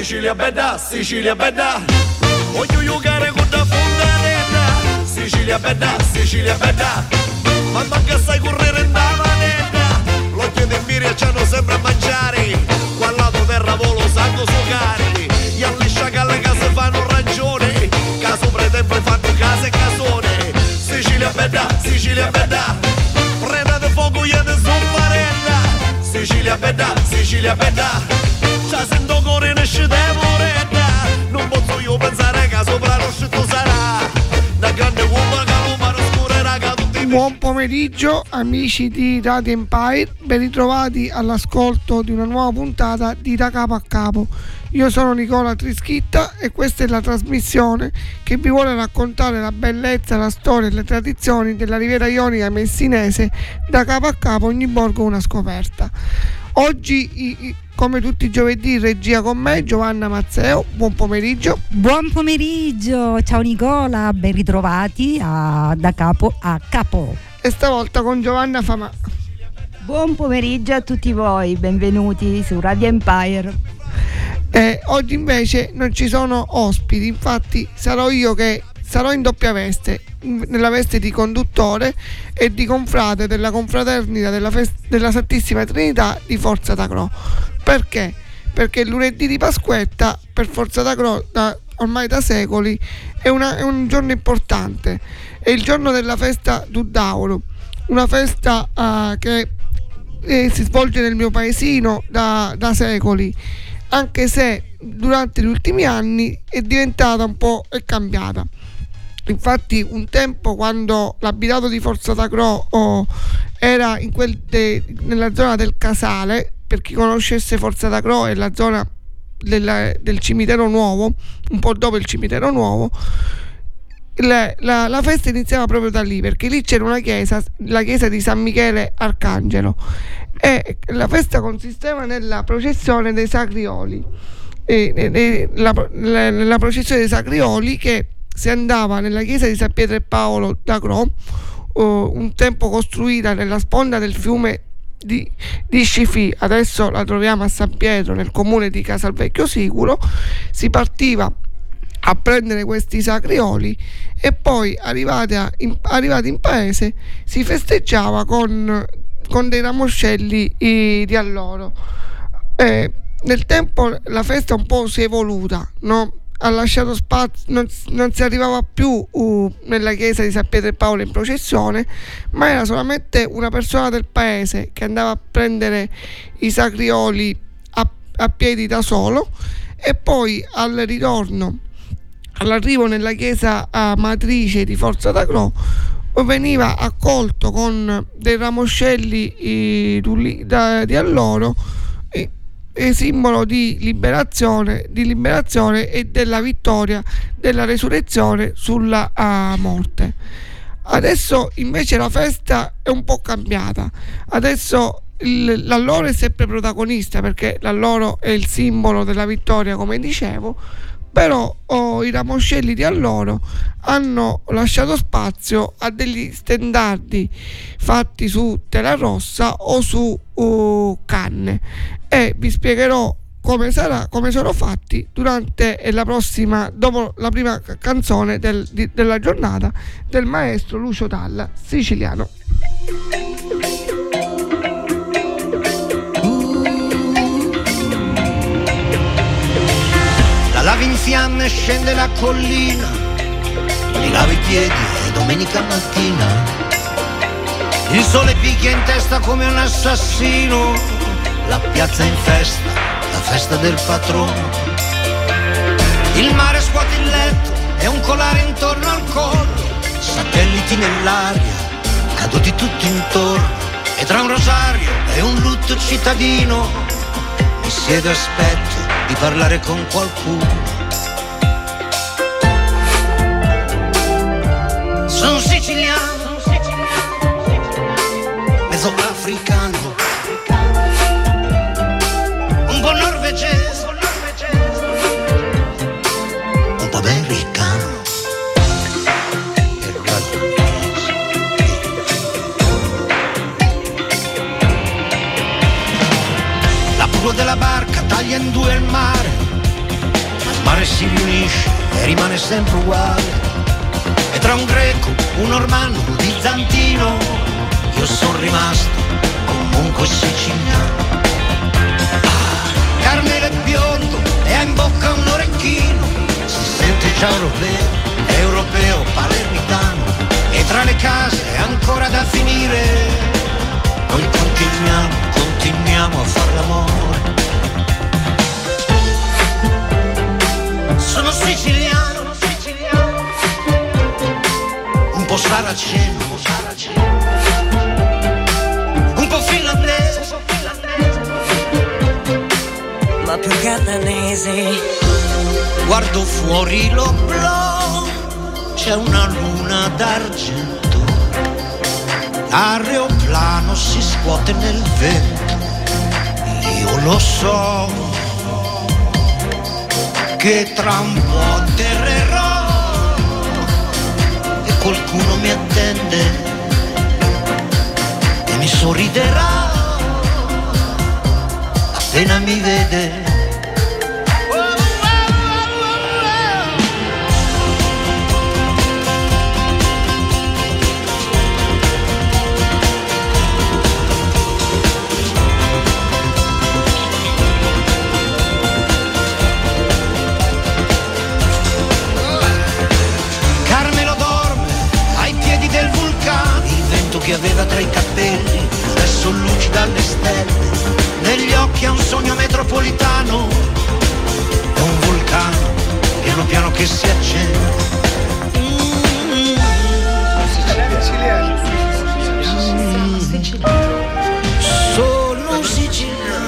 Sicilia bella, Sicilia bella. Voglio giocare con la fontanella. Sicilia bella, Sicilia bella. Ma manca sai correre in la manetta. L'occhio di Miria c'hanno sempre a mangiare. Qua al lato terra volo sanno sucari. Gli alle sciacalle che si fanno ragione. Caso pretempio fanno case e casone. Sicilia bella, Sicilia bella. Prendete fuoco io ne sono parella. Sicilia bella, Sicilia bella. Già sento cuore ne scende moretta. Non posso io pensare che sopra lo scitto sarà una grande uomo che l'uomo scurerà che tutti. Buon pomeriggio amici di Radio Empire, ben ritrovati all'ascolto di una nuova puntata di Da Capo a Capo. Io sono Nicola Trischitta e questa è la trasmissione che vi vuole raccontare la bellezza, la storia e le tradizioni della Riviera Ionica messinese, da capo a capo, ogni borgo una scoperta. Oggi, come tutti i giovedì, regia con me Giovanna Mazzeo. Buon pomeriggio. Buon pomeriggio, ciao Nicola, ben ritrovati Da Capo a Capo. E stavolta con Giovanna Famà. Buon pomeriggio a tutti voi, benvenuti su Radio Empire. Oggi invece non ci sono ospiti, infatti sarò io che sarò in doppia veste, nella veste di conduttore e di confrate della confraternita della Santissima Trinità di Forza Tacro. Perché? Perché il lunedì di Pasquetta per Forza Tacro ormai da secoli è un giorno importante, è il giorno della festa d'Udauro, una festa che si svolge nel mio paesino da secoli, anche se durante gli ultimi anni è diventata è cambiata. Infatti un tempo, quando l'abitato di Forza Tacro era nella zona del Casale, per chi conoscesse Forza Tacro è la zona del cimitero nuovo, un po' dopo il cimitero nuovo, la festa iniziava proprio da lì, perché lì c'era una chiesa, la chiesa di San Michele Arcangelo, e la festa consisteva nella processione dei Sacrioli, la processione dei Sacrioli che si andava nella chiesa di San Pietro e Paolo d'Acro, un tempo costruita nella sponda del fiume di Scifì, adesso la troviamo a San Pietro nel comune di Casalvecchio Siculo. Si partiva a prendere questi sacrioli e poi arrivati in paese si festeggiava con dei ramoscelli di alloro. Nel tempo la festa un po' si è evoluta, no? Ha lasciato spazio, non si arrivava più nella chiesa di San Pietro e Paolo in processione, ma era solamente una persona del paese che andava a prendere i sacrioli a piedi da solo, e poi all'arrivo nella chiesa matrice di Forza Tacro veniva accolto con dei ramoscelli di alloro, simbolo di liberazione e della vittoria della resurrezione sulla morte. Adesso invece la festa è un po' cambiata. Adesso l'alloro è sempre protagonista, perché l'alloro è il simbolo della vittoria, come dicevo, però i ramoscelli di alloro hanno lasciato spazio a degli stendardi fatti su tela rossa o su canne, e vi spiegherò come sono fatti dopo la prima canzone della giornata del maestro Lucio Dalla, siciliano. Lavi in fiamme, scende la collina, mi lavi i piedi e domenica mattina il sole picchia in testa come un assassino, la piazza è in festa, la festa del patrono, il mare scuote il letto e un colare intorno al collo, satelliti nell'aria, caduti tutti intorno, e tra un rosario e un lutto cittadino mi siedo e aspetto di parlare con qualcuno. Sono siciliano, mezzo africano, un po' norvegese, un po' americano. La prua della barca taglia in due il mare, mare si riunisce e rimane sempre uguale. E tra un greco, un normanno, un bizantino, io sono rimasto comunque siciliano. Carmelo è biondo e ha in bocca un orecchino, si sente già europeo, palermitano. E tra le case è ancora da finire, noi continuiamo a far l'amore. Sono siciliano, un po' saraceno, un po' finlandese, ma più catanese. Guardo fuori l'oblò, c'è una luna d'argento, l'aeroplano si scuote nel vento. Io lo so che tra un po' atterrerò e qualcuno mi attende e mi sorriderà appena mi vede. Che aveva tra i capelli, adesso lucida alle stelle, negli occhi ha un sogno metropolitano, è un vulcano, piano piano che si accende. Sono siciliano.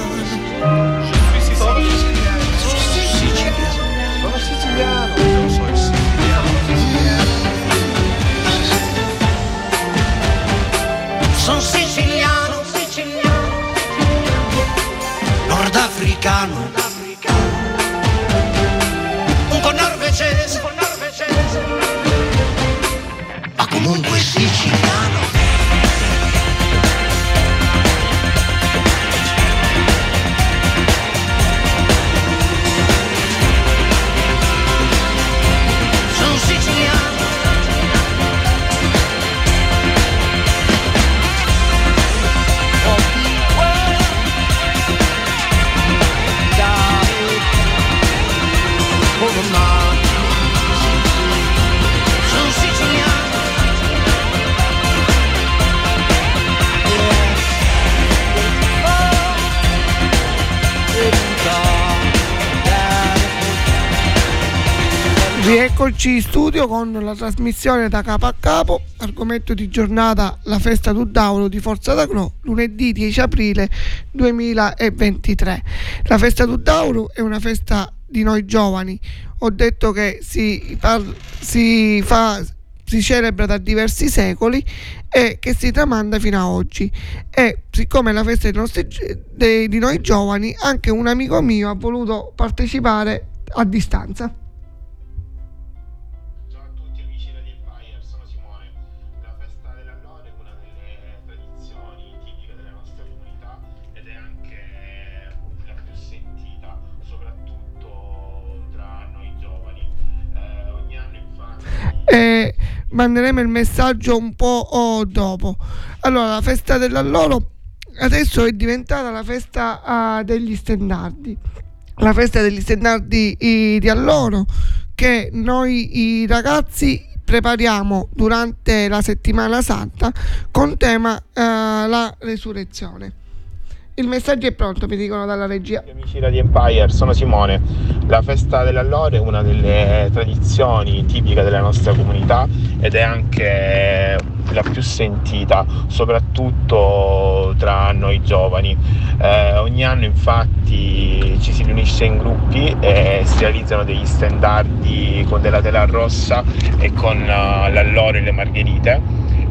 Sono siciliano, nordafricano, un po' norvegese, ma comunque siciliano. Sono siciliano. Rieccoci in studio con la trasmissione Da Capo a Capo, argomento di giornata la festa d'Uddauro di Forza D'Agro, lunedì 10 aprile 2023. La festa d'Uddauro è una festa di noi giovani, ho detto che si celebra da diversi secoli e che si tramanda fino a oggi, e siccome è la festa di noi giovani, anche un amico mio ha voluto partecipare a distanza. E manderemo il messaggio un po' dopo. Allora, la festa dell'alloro adesso è diventata la festa degli stendardi, la festa degli stendardi di alloro, che noi i ragazzi prepariamo durante la settimana santa con tema la resurrezione. Il messaggio è pronto, mi dicono dalla regia. Amici Radio Empire, sono Simone. La festa dell'alloro è una delle tradizioni tipiche della nostra comunità ed è anche la più sentita, soprattutto tra noi giovani. Ogni anno infatti ci si riunisce in gruppi e si realizzano degli stendardi con della tela rossa e con l'alloro e le margherite.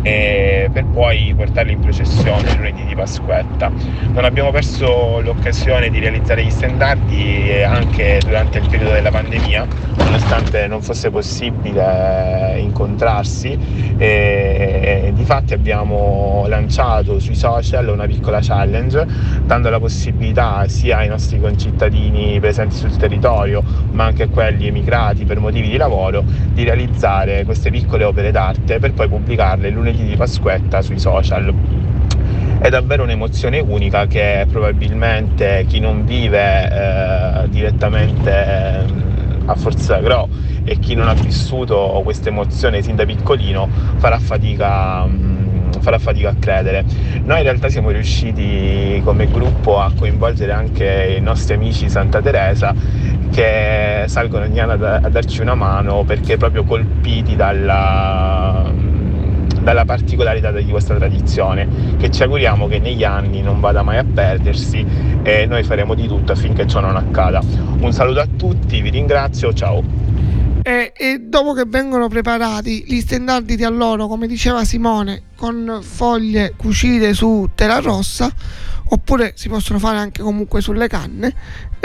per poi portarli in processione il lunedì di Pasquetta. Non abbiamo perso l'occasione di realizzare gli stendardi anche durante il periodo della pandemia, nonostante non fosse possibile incontrarsi, e difatti abbiamo lanciato sui social una piccola challenge, dando la possibilità sia ai nostri concittadini presenti sul territorio, ma anche a quelli emigrati per motivi di lavoro, di realizzare queste piccole opere d'arte per poi pubblicarle lunedì di Pasquetta sui social. È davvero un'emozione unica che probabilmente chi non vive direttamente a Forzagro e chi non ha vissuto questa emozione sin da piccolino farà fatica a credere. Noi in realtà siamo riusciti come gruppo a coinvolgere anche i nostri amici Santa Teresa, che salgono ogni anno a darci una mano, perché proprio colpiti dalla particolarità di questa tradizione, che ci auguriamo che negli anni non vada mai a perdersi, e noi faremo di tutto affinché ciò non accada. Un saluto a tutti, vi ringrazio, ciao. E dopo che vengono preparati gli stendardi di alloro, come diceva Simone, con foglie cucite su tela rossa, oppure si possono fare anche comunque sulle canne,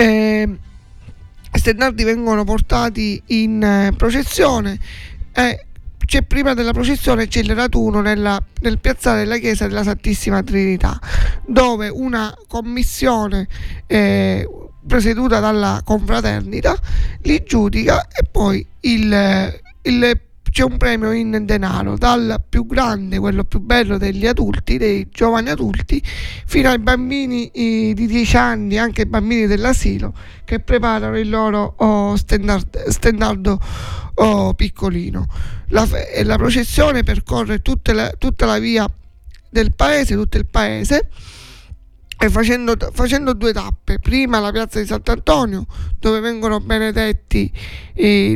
i stendardi vengono portati in processione e prima della processione c'è il raduno nel piazzale della chiesa della Santissima Trinità, dove una commissione presieduta dalla confraternita li giudica, e poi c'è un premio in denaro, dal più grande, quello più bello degli adulti, dei giovani adulti, fino ai bambini di 10 anni, anche i bambini dell'asilo, che preparano il loro stendardo piccolino. La processione percorre tutta la via del paese, tutto il paese, e facendo 2 tappe: prima la piazza di Sant'Antonio, dove vengono benedetti, e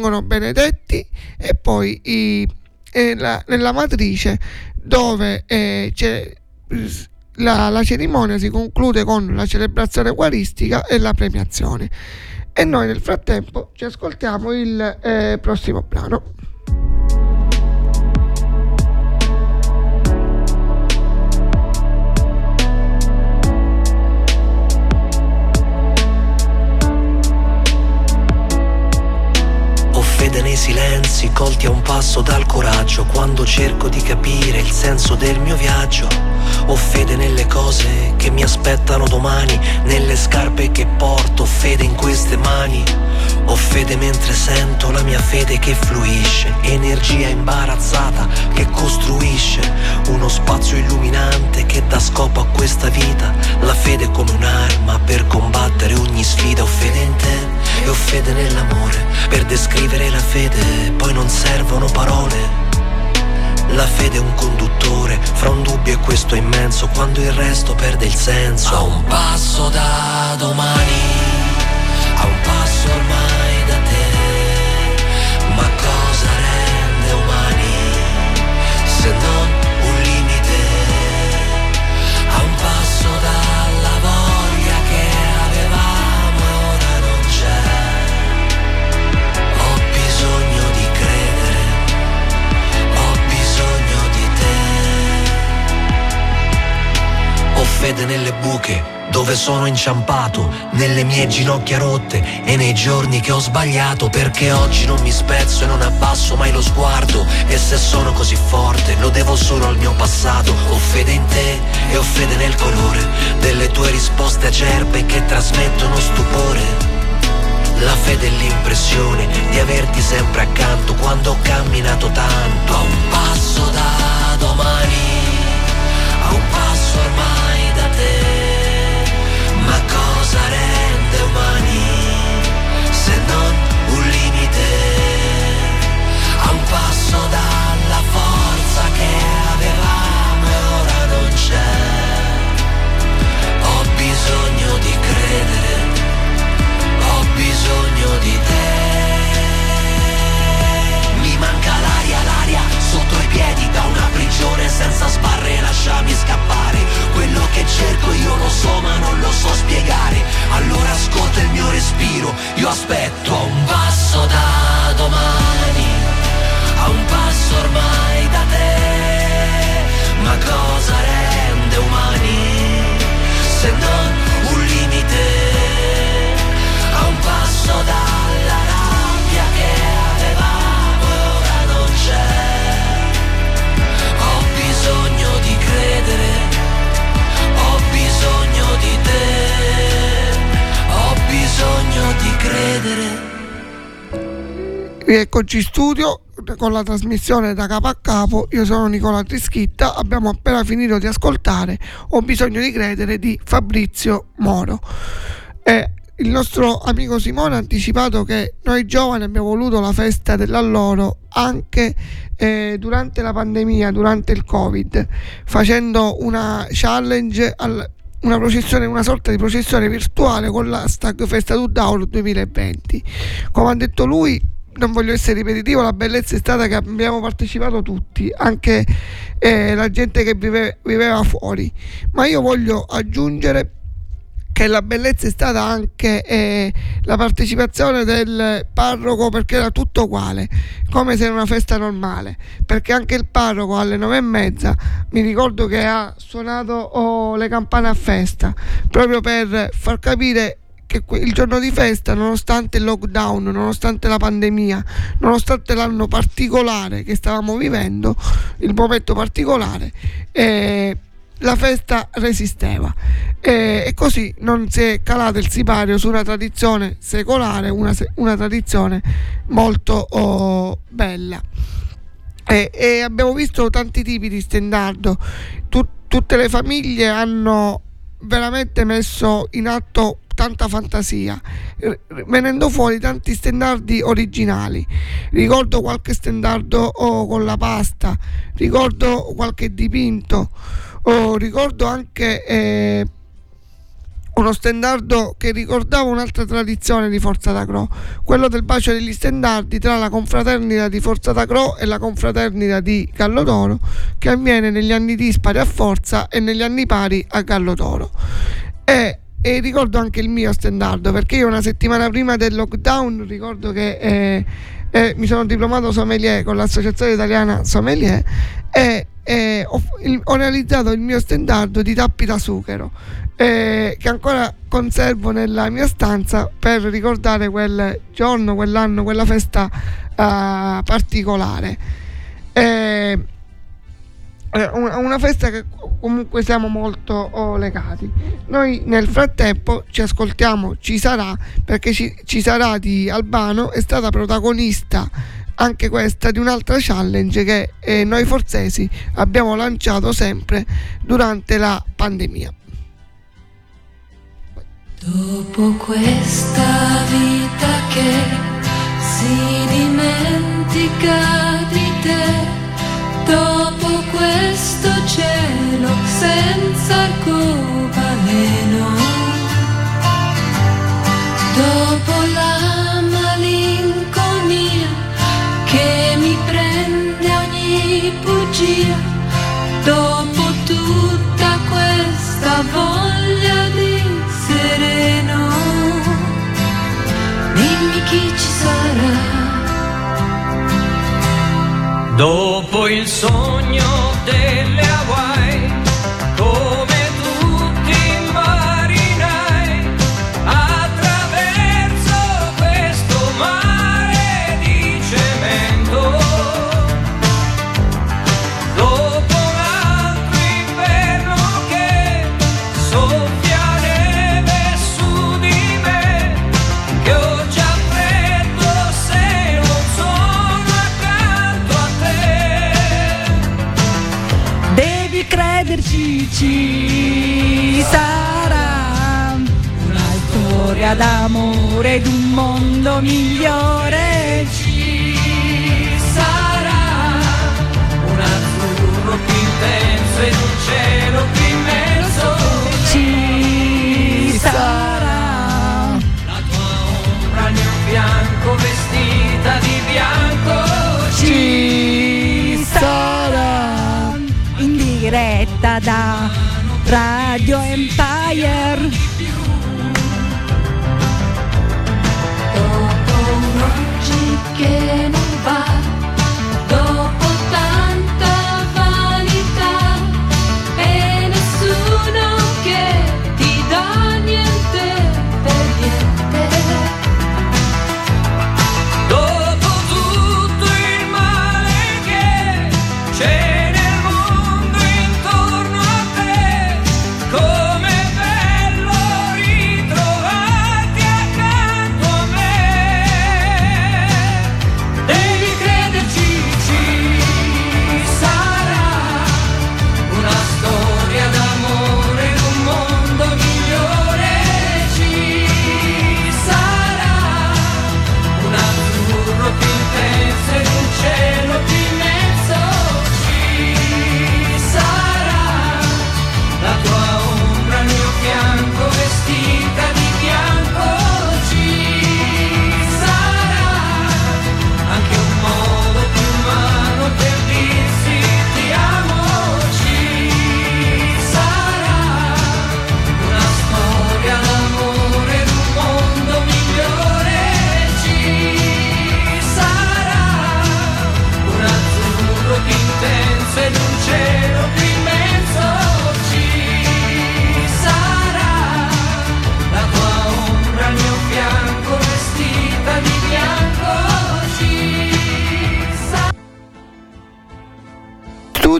poi nella matrice, dove c'è la cerimonia si conclude con la celebrazione eucaristica e la premiazione. E noi nel frattempo ci ascoltiamo il prossimo brano. Fede nei silenzi, colti a un passo dal coraggio, quando cerco di capire il senso del mio viaggio. Ho fede nelle cose che mi aspettano domani, nelle scarpe che porto, fede in queste mani. Ho fede mentre sento la mia fede che fluisce, energia imbarazzata che costruisce uno spazio illuminante che dà scopo a questa vita. La fede come un'arma per combattere ogni sfida. Ho fede in te e ho fede nell'amore, per descrivere la fede poi non servono parole. La fede è un conduttore fra un dubbio e questo immenso, quando il resto perde il senso. A un passo da domani, a un passo ormai da te, ma cosa rende umani se non un limite? A un passo dalla voglia che avevamo e ora non c'è. Ho bisogno di credere, ho bisogno di te. Ho fede nelle buche dove sono inciampato, nelle mie ginocchia rotte e nei giorni che ho sbagliato, perché oggi non mi spezzo e non abbasso mai lo sguardo, e se sono così forte lo devo solo al mio passato. Ho fede in te e ho fede nel colore delle tue risposte acerbe che trasmettono stupore. La fede è l'impressione di averti sempre accanto quando ho camminato tanto. A un passo da domani, a un passo ormai da te, ma cosa rende umani se non un limite? A un passo dalla forza che avevamo e ora non c'è. Ho bisogno di credere, ho bisogno di te. Mi manca l'aria sotto i piedi da una prigione senza sogno di credere. Rieccoci in studio con la trasmissione Da Capo a Capo. Io sono Nicola Trischitta. Abbiamo appena finito di ascoltare Ho bisogno di credere di Fabrizio Moro. Il nostro amico Simone ha anticipato che noi giovani abbiamo voluto la festa dell'alloro anche durante la pandemia, durante il Covid, facendo una challenge una sorta di processione virtuale con l'hashtag Festa d'Alloro 2020. Come ha detto lui, non voglio essere ripetitivo, la bellezza è stata che abbiamo partecipato tutti, anche la gente che viveva fuori, ma io voglio aggiungere che la bellezza è stata anche la partecipazione del parroco, perché era tutto uguale, come se era una festa normale, perché anche il parroco alle 9:30 mi ricordo che ha suonato le campane a festa, proprio per far capire che il giorno di festa, nonostante il lockdown, nonostante la pandemia, nonostante l'anno particolare che stavamo vivendo, il momento particolare, la festa resisteva, e così non si è calato il sipario su una tradizione secolare, una tradizione molto bella. E abbiamo visto tanti tipi di stendardo. Tutte le famiglie hanno veramente messo in atto tanta fantasia, venendo fuori tanti stendardi originali. Ricordo qualche stendardo con la pasta, ricordo qualche dipinto, ricordo anche uno stendardo che ricordava un'altra tradizione di Forza Tacro, quello del bacio degli stendardi tra la confraternita di Forza Tacro e la confraternita di Gallotoro, che avviene negli anni dispari a Forza e negli anni pari a Gallotoro. E ricordo anche il mio stendardo, perché io una settimana prima del lockdown ricordo che mi sono diplomato sommelier con l'Associazione Italiana Sommelier e ho realizzato il mio stendardo di tappi da sughero, che ancora conservo nella mia stanza per ricordare quel giorno, quell'anno, quella festa particolare. Una festa che comunque siamo molto legati. Noi nel frattempo ci ascoltiamo Ci sarà, perché ci sarà di Albano è stata protagonista anche questa di un'altra challenge che noi forzesi abbiamo lanciato sempre durante la pandemia. Dopo questa vita che si dimentica di te, dopo questo cielo senza arcobaleno, dopo la malinconia che mi prende ogni bugia, dopo tutta questa voglia di sereno, dimmi chi ci sarà. Dopo il sogno delle Hawaii, come tutti i marinai, attraverso questo mare di cemento, dopo un altro inverno che soffia neve su di me, che ho già freddo se non sono accanto a te. Devi crederci, ci sarà una storia d'amore d'un mondo migliore. Ci sarà un azzurro più intenso ed un cielo più immenso. Ci sarà La tua ombra al mio fianco vestita di bianco. ci sarà in diretta da Radio Empire. Dopo un oggi che non va, dopo tanta vanità e nessuno che ti dà niente per niente, Dopo tutto il male che c'è nel mondo intorno a te, come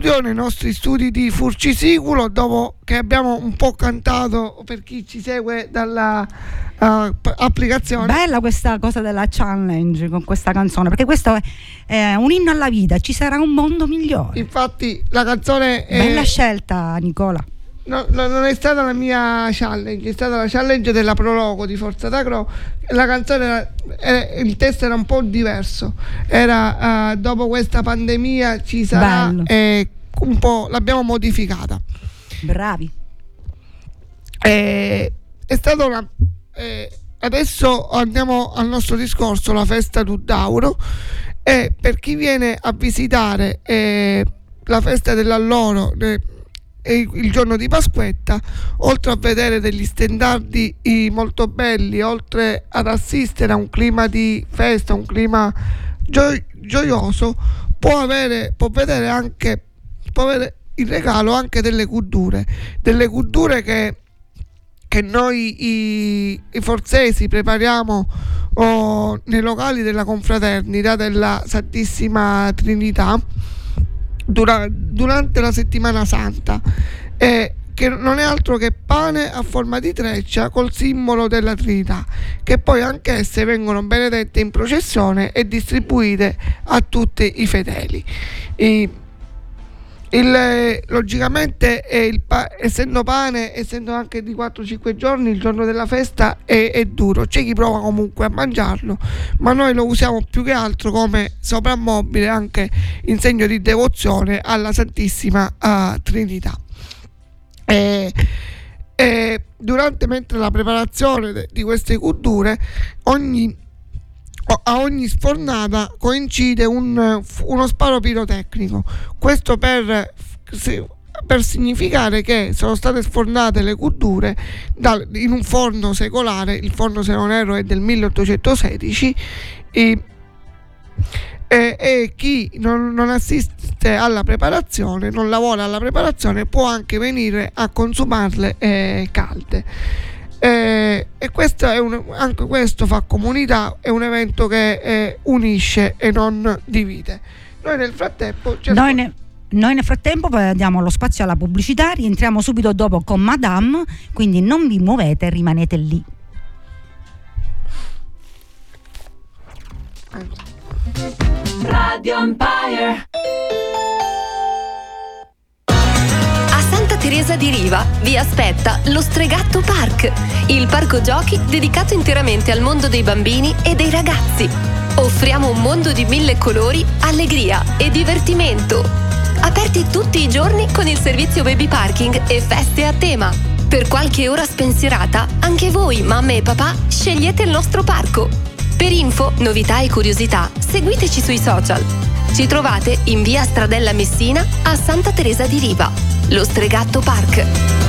studio, nei nostri studi di Furcisiculo, dopo che abbiamo un po' cantato per chi ci segue dalla applicazione. Bella questa cosa della challenge con questa canzone, perché questo è un inno alla vita, ci sarà un mondo migliore. Infatti la canzone bella scelta, Nicola. No, non è stata la mia challenge, è stata la challenge della Prologo di Forza Tacro. La canzone il testo era un po' diverso, era dopo questa pandemia ci sarà, un po' l'abbiamo modificata. Bravi. È stata una adesso andiamo al nostro discorso, la festa d'Uddauro, e per chi viene a visitare la festa dell'alloro il giorno di Pasquetta, oltre a vedere degli stendardi molto belli, oltre ad assistere a un clima di festa, un clima gioioso, può vedere anche in regalo anche delle culture che noi i forzesi prepariamo nei locali della confraternita della Santissima Trinità durante la settimana santa, che non è altro che pane a forma di treccia col simbolo della Trinità, che poi anch'esse vengono benedette in processione e distribuite a tutti i fedeli. Logicamente essendo pane, essendo anche di 4-5 giorni, il giorno della festa è duro, c'è chi prova comunque a mangiarlo, ma noi lo usiamo più che altro come soprammobile, anche in segno di devozione alla Santissima Trinità. Mentre la preparazione di queste culture, a ogni sfornata coincide uno sparo pirotecnico. Questo per significare che sono state sfornate le culture in un forno secolare. Il forno, se non erro, è del 1816, e chi non assiste alla preparazione, non lavora alla preparazione, può anche venire a consumarle calde. E questo anche questo fa comunità, è un evento che unisce e non divide. Noi nel frattempo diamo lo spazio alla pubblicità, rientriamo subito dopo con Madame, quindi non vi muovete, rimanete lì. Radio Empire. Santa Teresa di Riva vi aspetta lo Stregatto Park, il parco giochi dedicato interamente al mondo dei bambini e dei ragazzi. Offriamo un mondo di 1000 colori, allegria e divertimento. Aperti tutti i giorni con il servizio baby parking e feste a tema. Per qualche ora spensierata, anche voi, mamme e papà, scegliete il nostro parco. Per info, novità e curiosità, seguiteci sui social. Ci trovate in via Stradella Messina a Santa Teresa di Riva. Lo Stregatto Park.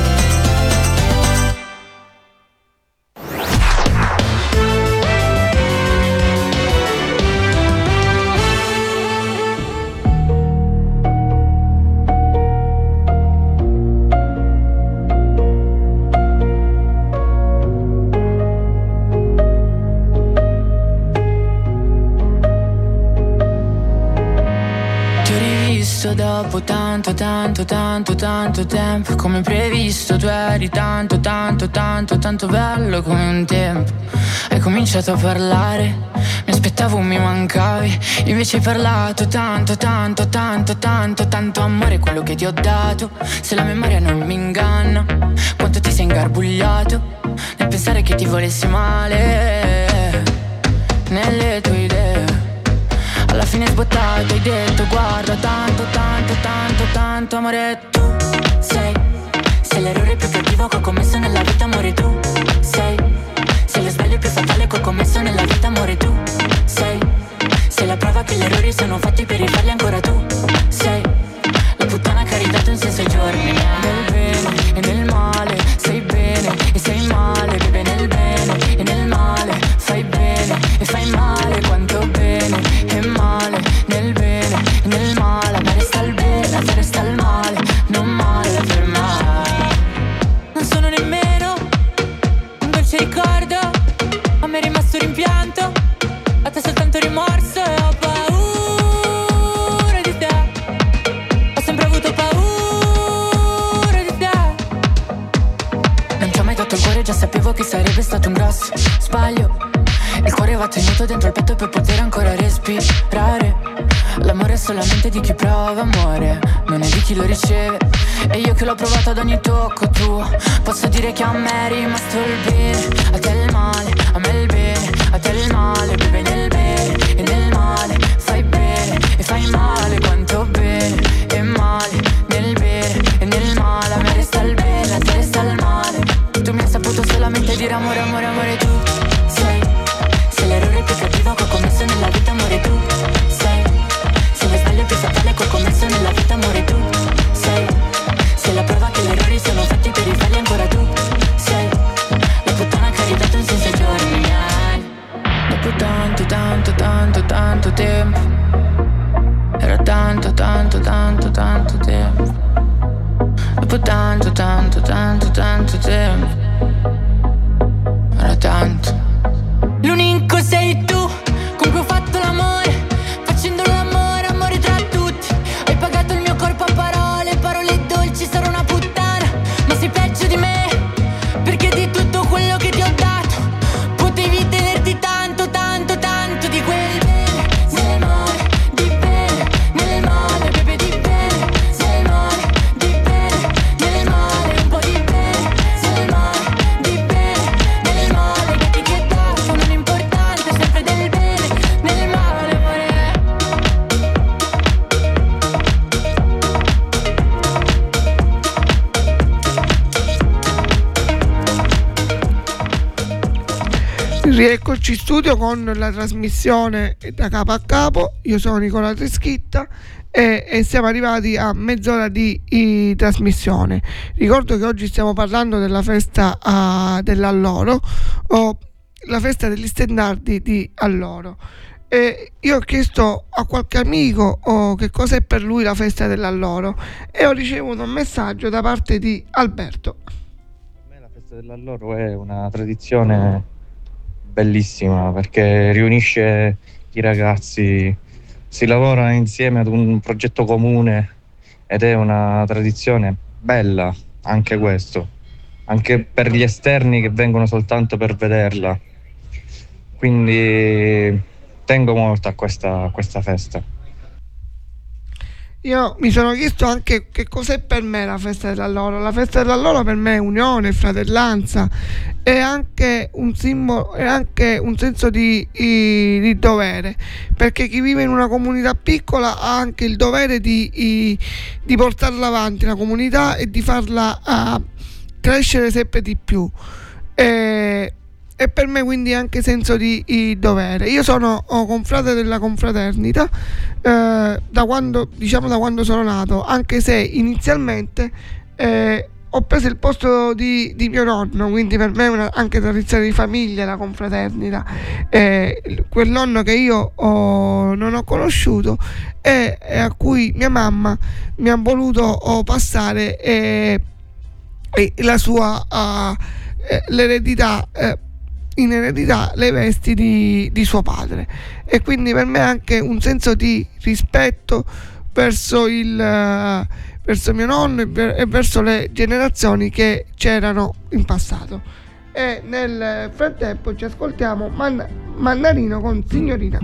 Dopo tanto tempo, come previsto, tu eri tanto bello come un tempo. Hai cominciato a parlare, mi aspettavo mi mancavi, invece hai parlato tanto amore, quello che ti ho dato. Se la memoria non mi inganna, quanto ti sei ingarbugliato nel pensare che ti volessi male nelle tue idee. Alla fine sbottato hai detto guarda tanto amore, tu sei l'errore più cattivo che ho commesso nella vita, amore, tu sei lo sbaglio più fatale che ho commesso nella vita, amore, tu sei la prova che gli errori sono fatti per rifarli ancora, tu sei la puttana che ha ridato un senso ai giorni. Nel bene e nel male sei bene e sei male, bebe nel bene e nel male fai bene e fai male, quanto bene e male, nel bene e nel male, a me resta il bene, a te resta il male, non male per mai. Non sono nemmeno un dolce ricordo, a me è rimasto rimpianto, a te soltanto rimorso e ho paura di te. Ho sempre avuto L'amore va tenuto dentro il petto per poter ancora respirare. L'amore è solamente di chi prova amore, non è di chi lo riceve. E io che l'ho provato ad ogni tocco tuo, posso dire che a me è rimasto il bene. A te il male, a me il bene. A te il male, beve nel bene e nel male. Fai bene e fai male, quanto bene e male. Nel bene e nel male, a me resta il bene, a te resta il male. Tu mi hai saputo solamente dire amore, amore, amore. Tu sei l'errore più cattivo che ho commesso nella vita, amore. Tu sei lo sbaglio più fatale che ho commesso nella vita, amore. Tu sei la prova che gli errori sono fatti per rifarli ancora. Tu sei la puttana che ha ridato un senso ai giorni miei. Dopo tanto, tanto, tanto, tanto tempo, era tanto, tanto, tanto, tanto tempo. Dopo tanto, tanto, tanto, tanto tempo, era tanto. L'unico sei tu con cui ho fatto l'amore, facendo l'amore, amore tra tutti. Hai pagato il mio corpo a parole, parole dolci, sarò una puttana, ma sei peggio di me, perché di tutto quello che ti ho dato potevi tenerti tanto, tanto, tanto di quel bene, nel male, di bene, nel male, bebe di bene, nel male, di bene, nel male, un po' di bene, nel male, di bene, nel male, che etichetta sono l'importante, sempre del bene, nel male, amore. Rieccoci in studio con la trasmissione da capo a capo. Io sono Nicola Treschitta e siamo arrivati a mezz'ora di trasmissione. Ricordo che oggi stiamo parlando della festa dell'Alloro, o la festa degli stendardi di Alloro. E io ho chiesto a qualche amico che cos'è per lui la festa dell'Alloro e ho ricevuto un messaggio da parte di Alberto. Per me la festa dell'Alloro è una tradizione bellissima perché riunisce i ragazzi, si lavora insieme ad un progetto comune ed è una tradizione bella, anche questo, anche per gli esterni che vengono soltanto per vederla. Quindi tengo molto a questa festa. Io mi sono chiesto anche che cos'è per me la festa dell'Alloro. La festa dell'Alloro per me è unione, fratellanza, è anche un simbolo, è anche un senso di dovere, perché chi vive in una comunità piccola ha anche il dovere di portarla avanti la comunità e di farla crescere sempre di più. E per me quindi anche senso di dovere. Io sono confrate della confraternita da quando sono nato, anche se inizialmente ho preso il posto di mio nonno, quindi per me è anche tradizione di famiglia la confraternita. Quel nonno che io non ho conosciuto e a cui mia mamma mi ha voluto passare la sua l'eredità, in eredità le vesti di suo padre, e quindi per me anche un senso di rispetto verso mio nonno e verso le generazioni che c'erano in passato. E nel frattempo ci ascoltiamo Mandarino con Signorina.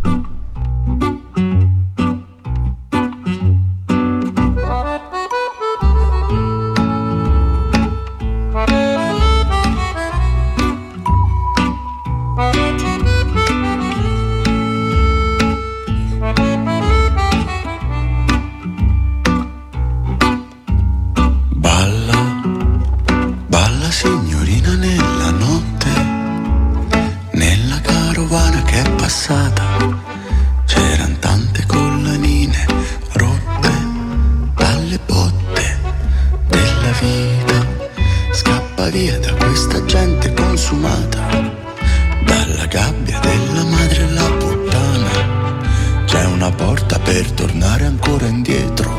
Signorina nella notte, nella carovana che è passata, c'eran tante collanine rotte dalle botte della vita. Scappa via da questa gente consumata, dalla gabbia della madre alla puttana. C'è una porta per tornare ancora indietro,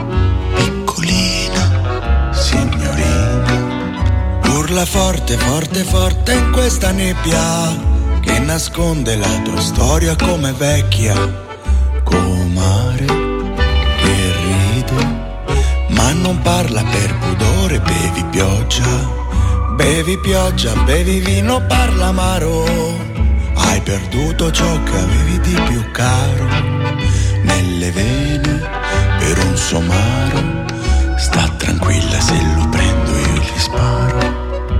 piccolina signorina. Urla forte, forte, forte in questa nebbia che nasconde la tua storia come vecchia comare che ride, ma non parla per pudore. Bevi pioggia, bevi vino, parla amaro hai perduto ciò che avevi di più caro. Nelle vene per un somaro, sta tranquilla, se lo prendo io gli sparo.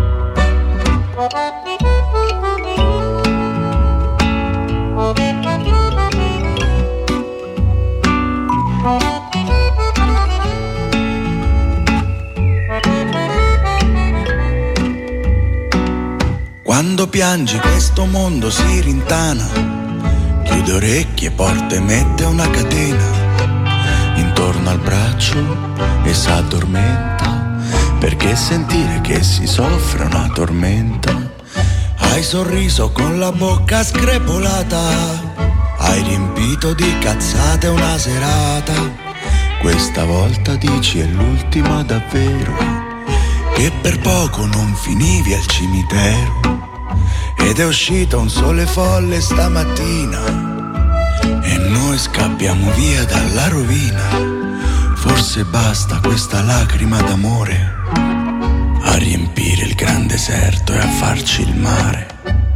Quando piangi questo mondo si rintana, chiude orecchie, porte, mette una catena intorno al braccio e s'addormenta, perché sentire che si soffre una tormenta. Hai sorriso con la bocca screpolata, hai riempito di cazzate una serata. Questa volta dici è l'ultima davvero, che per poco non finivi al cimitero. Ed è uscito un sole folle stamattina e noi scappiamo via dalla rovina. Forse basta questa lacrima d'amore a riempire il gran deserto e a farci il mare.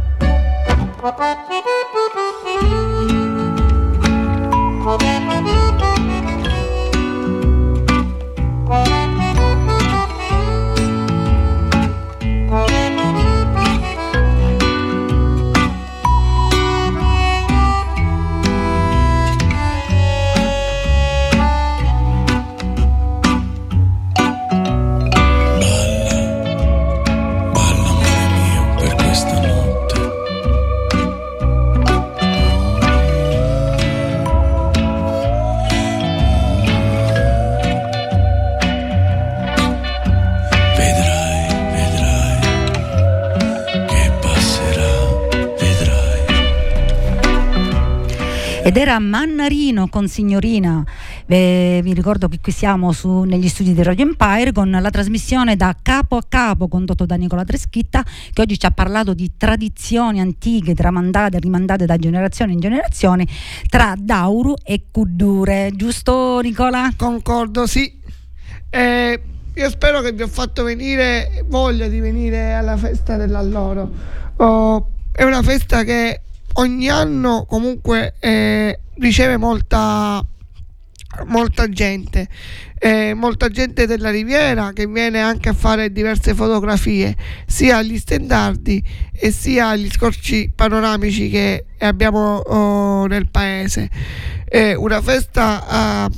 Ed era Mannarino con Signorina. Vi ricordo che qui siamo negli studi di Radio Empire con la trasmissione Da Capo a Capo, condotto da Nicola Treschitta, che oggi ci ha parlato di tradizioni antiche tramandate, rimandate da generazione in generazione tra Dauru e Cuddure. Giusto, Nicola? Concordo, sì. Io spero che vi ho fatto venire voglia di venire alla festa dell'Alloro. È una festa che ogni anno comunque riceve molta gente, molta gente della Riviera, che viene anche a fare diverse fotografie sia agli stendardi e sia agli scorci panoramici che abbiamo nel paese. Una festa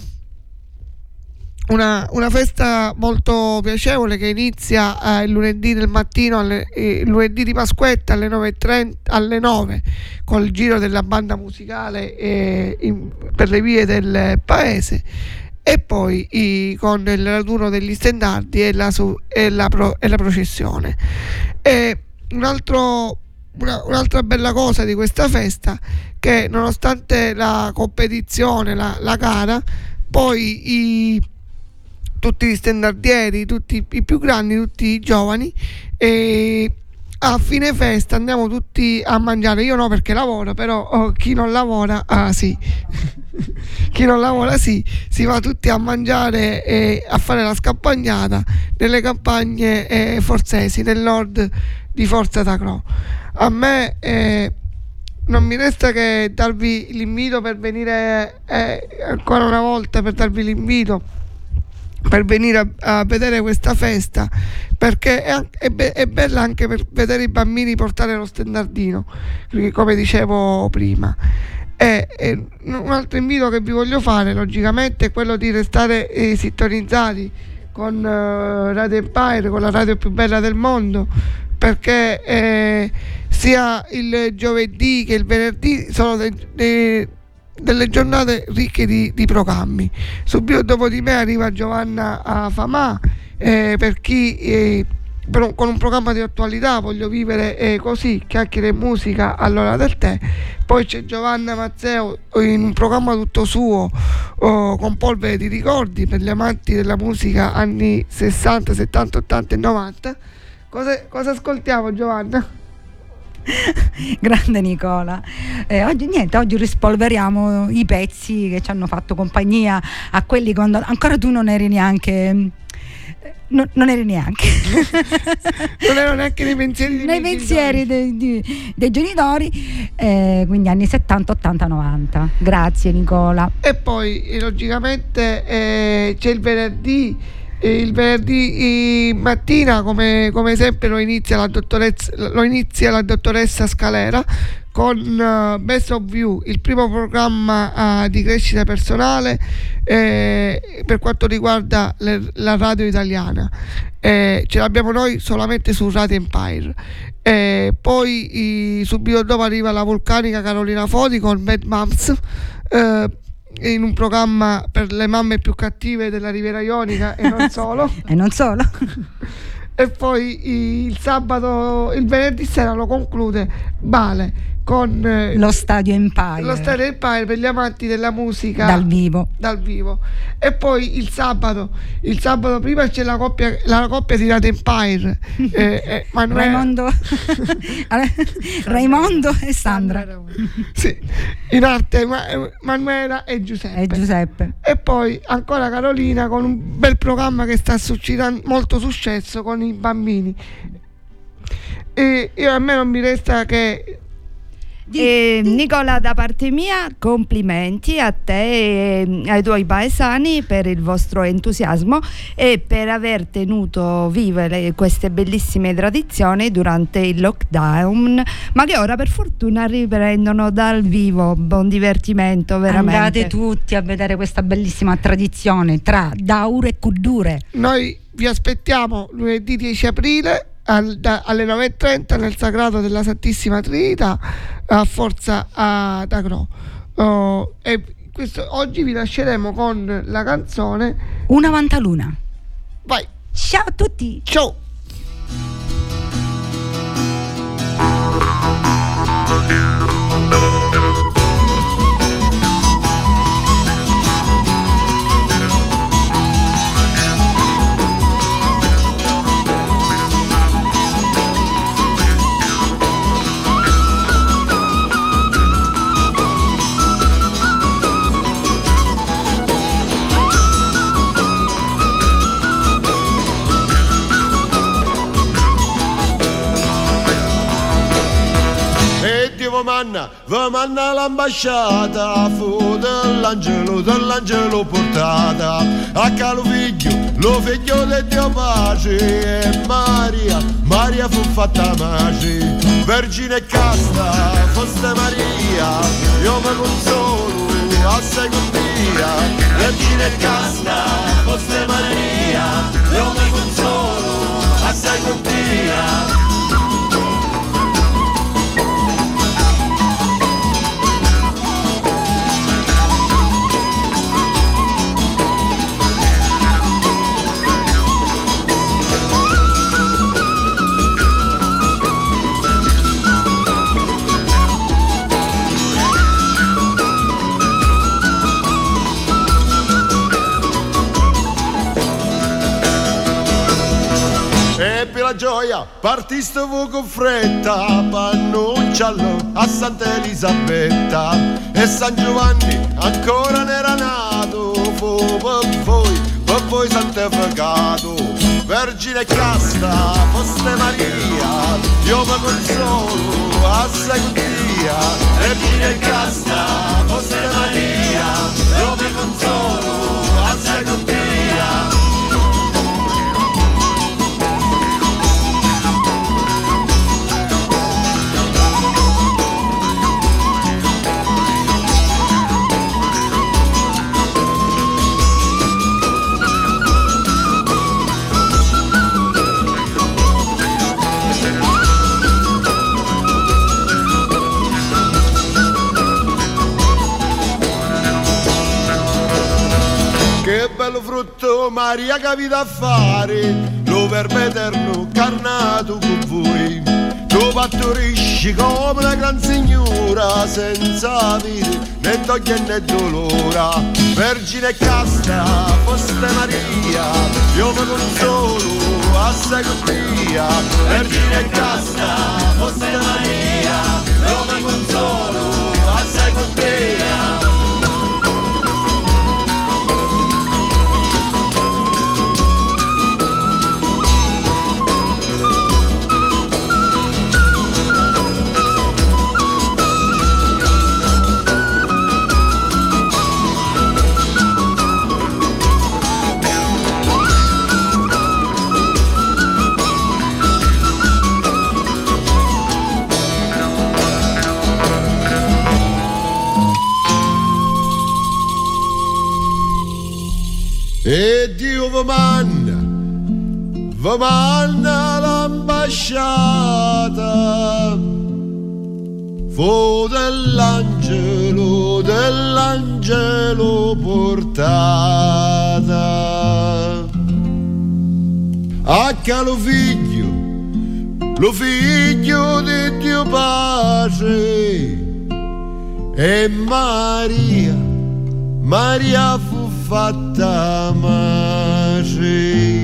una festa molto piacevole che inizia il lunedì del mattino, il lunedì di Pasquetta alle 9:30, alle 9, col giro della banda musicale per le vie del paese, e poi con il raduno degli stendardi e la processione. Un'altra bella cosa di questa festa, che nonostante la competizione, la gara, poi tutti gli stendardieri, tutti i più grandi, tutti i giovani, e a fine festa andiamo tutti a mangiare. Io no, perché lavoro, però chi non lavora sì. Chi non lavora sì, si va tutti a mangiare e a fare la scampagnata nelle campagne forzesi, nel nord di Forza Tacro. A me non mi resta che darvi l'invito per venire ancora una volta, per darvi l'invito per venire a vedere questa festa, perché è bella anche per vedere i bambini portare lo stendardino, come dicevo prima. Un altro invito che vi voglio fare, logicamente, è quello di restare sintonizzati con Radio Empire, con la radio più bella del mondo, perché sia il giovedì che il venerdì sono delle giornate ricche di programmi. Subito dopo di me arriva Giovanna Famà, per chi con un programma di attualità, Voglio vivere così, chiacchiere e musica all'ora del tè. Poi c'è Giovanna Mazzeo in un programma tutto suo, con polvere di ricordi per gli amanti della musica anni 60, 70, 80 e 90. Cosa ascoltiamo, Giovanna? Grande Nicola. Oggi rispolveriamo i pezzi che ci hanno fatto compagnia a quelli quando ancora tu non eri neanche Non eri neanche. Non ero neanche nei pensieri dei genitori, quindi anni 70, 80, 90. Grazie Nicola. E poi logicamente c'è il venerdì. Il venerdì mattina, come sempre, lo inizia la dottoressa Scalera con Best of You, il primo programma di crescita personale per quanto riguarda la radio italiana. Ce l'abbiamo noi solamente su Radio Empire. Poi subito dopo arriva la vulcanica Carolina Foti con Bad Moms, in un programma per le mamme più cattive della Riviera Ionica e non solo. E non solo. E poi il venerdì sera lo conclude Bale con lo Stadio Empire. Lo Stadio Empire per gli amanti della musica dal vivo. E poi il sabato prima c'è la coppia di Radio Empire, Raimondo e Sandra. Sì, in arte Manuela e Giuseppe. E poi ancora Carolina con un bel programma che sta suscitando molto successo con i bambini. E a me non mi resta che Nicola, da parte mia, complimenti a te e ai tuoi paesani per il vostro entusiasmo e per aver tenuto vive queste bellissime tradizioni durante il lockdown, ma che ora per fortuna riprendono dal vivo. Buon divertimento, veramente. Andate tutti a vedere questa bellissima tradizione tra Daure e Cuddure. Noi vi aspettiamo lunedì 10 aprile alle 9:30 nel Sagrato della Santissima Trinità a Forza ad Agro. E oggi vi lasceremo con la canzone Una Vantaluna. Vai. Ciao a tutti. Ciao. vi manna l'ambasciata, fu dell'angelo portata, a calo lo figlio di Dio pace, e Maria fu fatta maci, vergine e casta, foste Maria, io mi consolo, assai con Dio, vergine e casta, foste Maria, io mi consolo, assai con Dio. La gioia, partiste con fretta, pannunciallo a Santa Elisabetta, e San Giovanni ancora n'era nato, fu per voi santificato, vergine casta, foste Maria, io mi consolo, assai con Dio, vergine casta, foste Maria, io mi consolo, assai con Dio. Bello frutto Maria capita a fare, lo verbo eterno carnato con voi, tu partorisci come una gran signora, senza vita né toglie né dolore, vergine casta, foste Maria, io mi consolo, assai con Dio, vergine casta, foste Maria, io mi consolo, assai con Dio. E Dio vi manna l'ambasciata, fu dell'angelo portata. Acca lo figlio di Dio pace, e Maria fu fatta mace.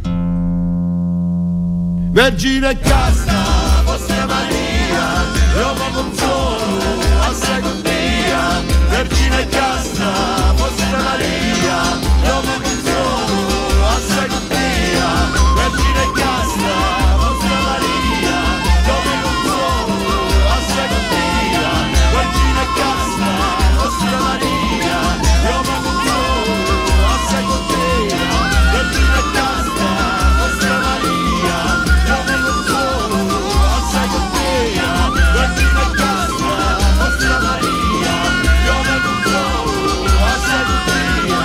Vergine casta, vostra Maria, io mi consolo assai con Dio. Vergine casta, vostra Maria, io mi consolo assai con Dio. Vergine casta, vostra Maria, io mi consolo assai con Dio. Vergine casta, vostra Maria, io mi consolo assai con Dio. Vergine casta, vostra Maria, io mi consolo assai con Dio. Vergine casta, vostra Maria, io mi consolo assai con Dio.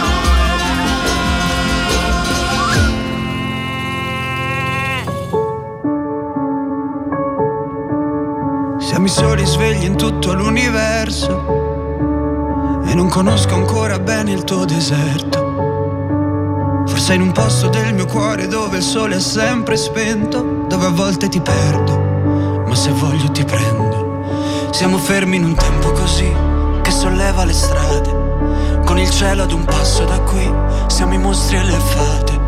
Siamo i soli svegli in tutto l'universo e non conosco ancora bene il tuo deserto. Forse in un posto del mio cuore dove il sole è sempre spento, dove a volte ti perdo, ma se voglio ti prendo. Siamo fermi in un tempo così che solleva le strade, con il cielo ad un passo da qui, siamo i mostri e le fate.